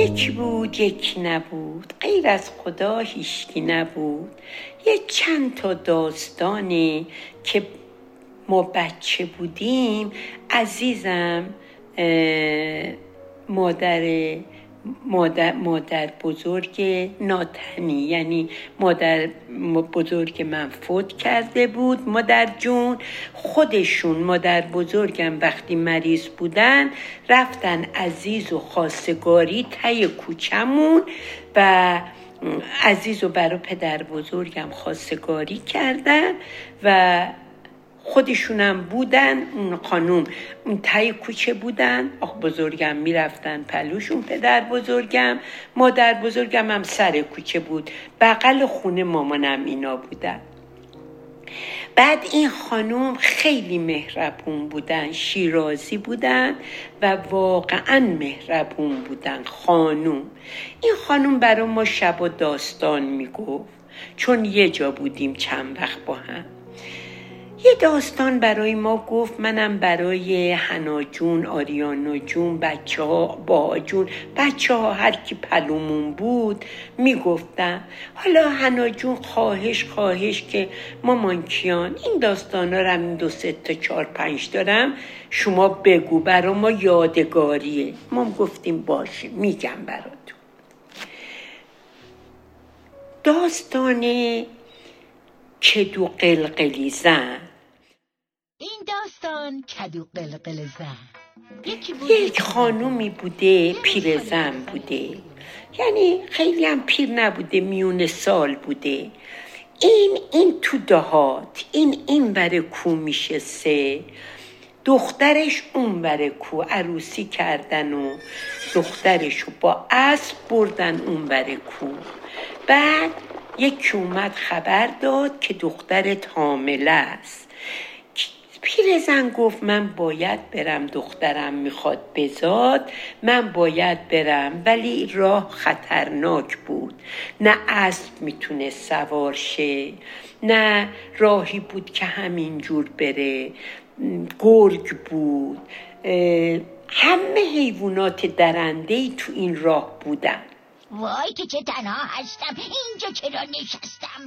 یکی بود یکی نبود، غیر از خدا هیچکی نبود. یه چند تا داستانی که ما بچه بودیم، عزیزم مادر بزرگ ناتنی، یعنی مادر بزرگ من فوت کرده بود، مادر جون. خودشون مادر بزرگم وقتی مریض بودن رفتن عزیز و خواستگاری ته کوچمون و عزیز و برای پدر بزرگم خواستگاری کردن و خودشونم بودن. اون خانوم اون تای کوچه بودن، آخ بزرگم میرفتن پلوشون، پدر بزرگم، مادر بزرگم هم سر کوچه بود، بغل خونه مامانم اینا بودن. بعد این خانوم خیلی مهربون بودن، شیرازی بودن و واقعا مهربون بودن. این خانوم برای ما شب و داستان میگفت، چون یه جا بودیم چند وقت با هم. یه داستان برای ما گفت، منم برای حنا جون، آریانا جون، بچه ها، با جون، بچه ها هر کی پلومون بود میگفتم. حالا حنا جون خواهش که مامان کیان این داستانا رو هم 2 3 تا 4 5 دارم شما بگو، برای ما یادگاریه. ما گفتیم باشه میگم براتون. داستان کدو قلقلی زن. این داستان کدو قلقل زن. یک خانومی بوده، پیرزن بوده، یعنی خیلی هم پیر نبوده، میون سال بوده. این تو دهات، این ور کو میشسته، دخترش اون ور کو عروسی کردن و دخترشو با اسب بردن اون ور کو. بعد یکی اومد خبر داد که دخترت حامله است. پیرزن گفت من باید برم، دخترم میخواد بزاد، من باید برم، ولی راه خطرناک بود، نه اسب میتونه سوار شه، نه راهی بود که همینجور بره، گرگ بود، همه حیوانات درنده‌ای تو این راه بودن. وای که چه تنها هستم اینجا، چرا نشستم؟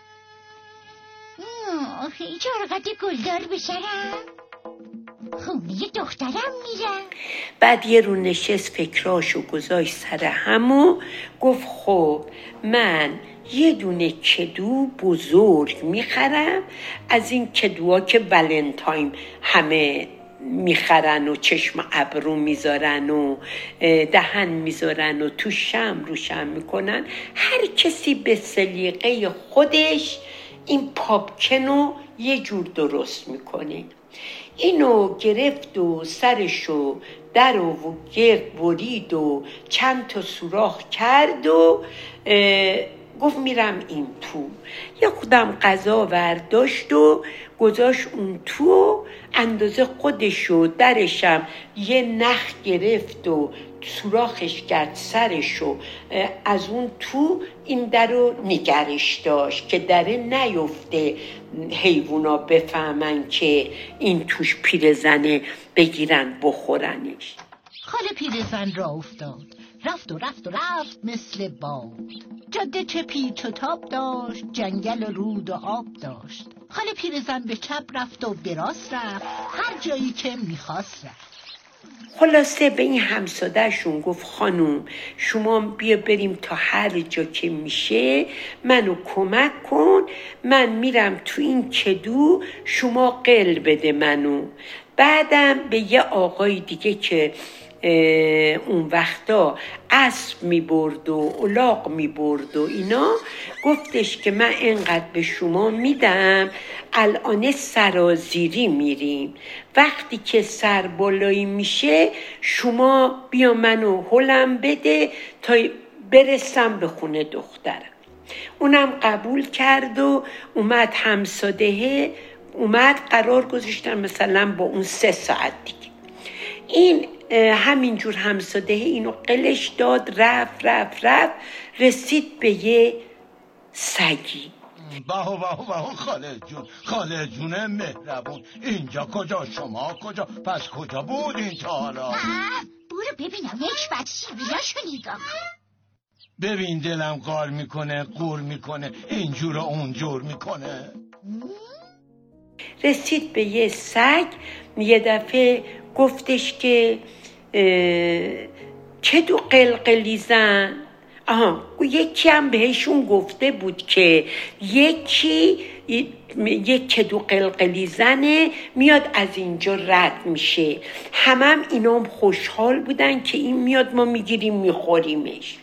اینجا رقت گلدار بشرم، خونه دخترم میرم. بعد یه رو نشست، فکراشو گذاشت سر هم و گفت خب من یه دونه کدو بزرگ میخرم، از این کدوها که ولنتاین همه میخرن و چشم ابرو میذارن و دهن میذارن و تو روشن میکنن. هر کسی به سلیقه خودش این پاپکنو یه جور درست میکنه. اینو گرفت و سرشو در و گرد برید و چند تا سوراخ کرد و گفت میرم این تو. یه خودم غذا ورداشت و گذاشت اون تو، اندازه خودشو، درشم یه نخ گرفت و سوراخش کرد سرشو، از اون تو این درو نگرش داشت که دره نیفته حیوونا بفهمن که این توش پیرزنه، بگیرن بخورنش. خاله پیرزن را افتاد، رفت مثل باد. جاده چه پیچ و تاب داشت، جنگل و رود و آب داشت. خاله پیرزن به چپ رفت و به راست رفت، هر جایی که میخواست رفت. خلاصه به این همساده‌شون گفت خانوم شما بیا بریم تا هر جا که میشه منو کمک کن، من میرم تو این کدو، شما قل بده منو. بعدم به یه آقای دیگه که اون وقتا اسب میبرد و الاغ میبرد و اینا، گفتش که من اینقدر به شما میدم، الان سرازیری میریم، وقتی که سر بالایی میشه شما بیا منو هلم بده تا برسم به خونه دخترم. اونم قبول کرد و اومد. همساده اومد، قرار گذاشتن مثلا با اون 3 ساعت دیگه. این همینجور همساده اینو قلش داد، رفت رسید به یه سگی. خاله جون مهربون، اینجا کجا، شما کجا، پس کجا بودین تا حالا؟ برو ببینم یک شیویاشو نگاه کن. ببین دلم قار میکنه، قور میکنه، اینجور و اونجور میکنه. رسید به یه سگ، یه دفعه گفتش که چه دو قلقلی زن. یکی هم بهشون گفته بود که یک کدو قلقلی زنه میاد از اینجا رد میشه. همم اینام خوشحال بودن که این میاد ما میگیریم میخوریمش.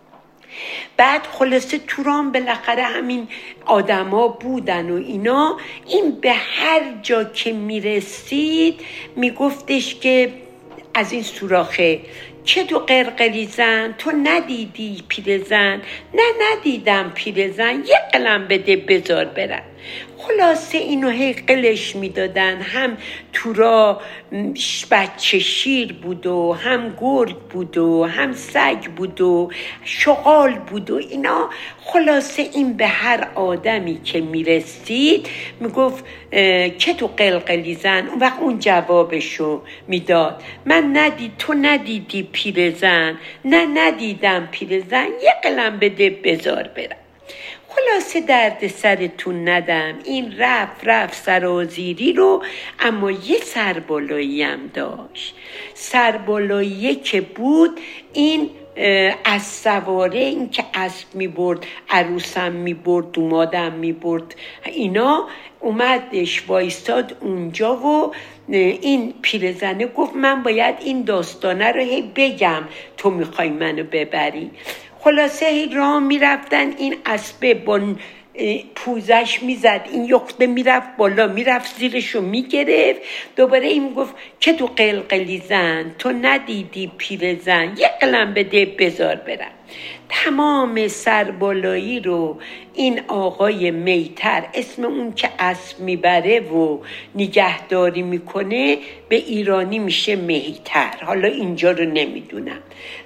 بعد خلاصه توران بالاخره همین آدما بودن و اینا. این به هر جا که میرسید میگفتش که از این سوراخه چه دو قرقلی زن، تو ندیدی پیرزن؟ نه ندیدم پیرزن، یه قلم بده بذار برن. خلاصه اینو هی قلش میدادن. هم تورا بچه شیر بود و هم گرگ بود و هم سگ بود و شغال بود و اینا. خلاصه این به هر آدمی که میرسید میگفت که تو قلقلی زن. اون وقت اون جوابشو میداد، تو ندیدی پیرزن؟ نه ندیدم پیرزن، یه قلم بده بذار برم. خلاصه درد سرتون ندم. این رفت سرازیری رو، اما یه سربالایی هم داشت. سربالایی که بود این از سواره، این که اسب میبرد، عروسم میبرد، دومادم میبرد، اینا اومدش وایستاد اونجا و این پیرزنه گفت من باید این داستانه رو هی بگم، تو میخوای منو ببری. خلاصه هی راه میرفتن، این اسبه با پوزش میزد، این یخته میرفت بالا، میرفت زیرشو میگرفت. دوباره این گفت که تو قلقلی زن، تو ندیدی پیرزن، یه قلم بده بذار برم. تمام سربالایی رو این آقای میتر، اسم اون که اسب میبره و نگهداری میکنه به ایرانی میشه میتر، حالا اینجا رو نمیدونم،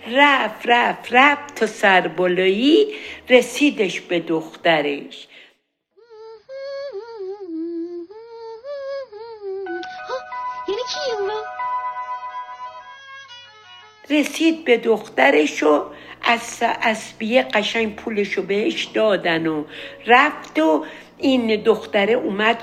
رفت تا سربالایی رسیدش به دخترش. یعنی کی اونا؟ رسید به دخترش و از اسبیه قشنگ پولشو بهش دادن و رفت و این دختره اومد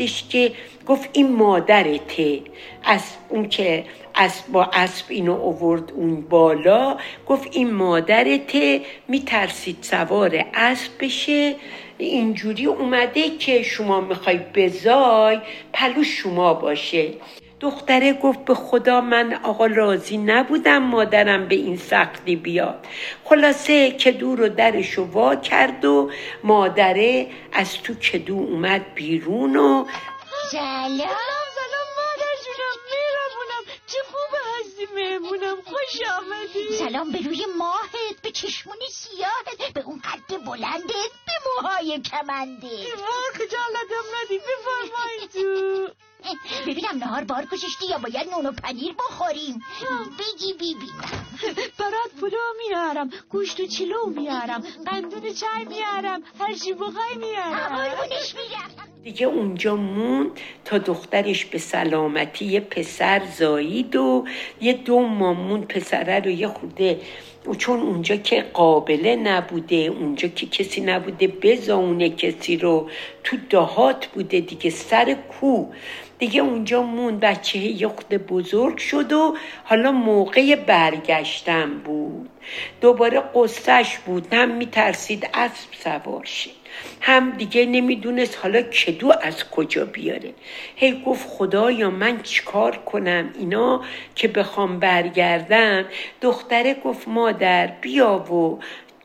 گفت این مادرته. از اون که با اسب اینو آورد اون بالا، گفت این مادرته، میترسید سوار اسب بشه، اینجوری اومده که شما میخوای بزای پلو شما باشه. دختره گفت به خدا من آقا راضی نبودم مادرم به این سختی بیاد. خلاصه کدو رو درشو وا کرد و مادره از تو کدو اومد بیرون و سلام مادر جونم، مهربونم، چه خوب هستی، مهمونم، خوش آمدی. سلام به روی ماهت، به چشمون سیاهت، به اون قد بلندت، به موهای کمنده. وای خجالتم ندی، بفرمایید تو. ببینم نهار بار گذاشتی یا باید نون و پنیر بخوریم؟ بگی ببینم. برات پلو میارم، گوشت و چلو میارم، قندون چای میارم، هر چی بخوای میارم. قربونش میرم. دیگه اونجا موند تا دخترش به سلامتی یه پسر زایید و یه 2 ماه موند پسره رو یه خورده، چون اونجا که قابله نبوده، اونجا که کسی نبوده بزاونه کسی رو، تو دهات بوده دیگه، سر کو دیگه اونجا موند. بچه یه خورده بزرگ شد و حالا موقع برگشتن بود. دوباره قصهش بود، هم میترسید اسب سوار شه، هم دیگه نمیدونست حالا کدو از کجا بیاره. هی گفت خدایا من چیکار کنم اینا که بخوام برگردم. دختره گفت مادر بیا و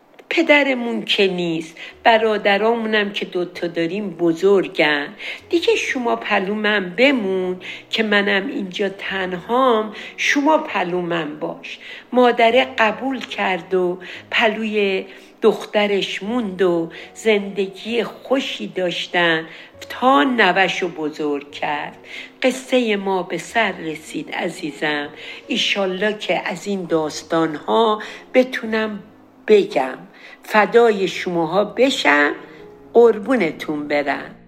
پدرمون که نیست، برادرامونم که 2 داریم بزرگن دیگه، شما پلومن بمون که منم اینجا تنهام، شما پلومن باش. مادره قبول کرد و پلوی دخترش موند و زندگی خوشی داشتن تا نوشو بزرگ کرد. قصه ما به سر رسید عزیزم. ایشالله که از این داستانها بتونم بگم، فدای شماها بشم، قربونتون برم.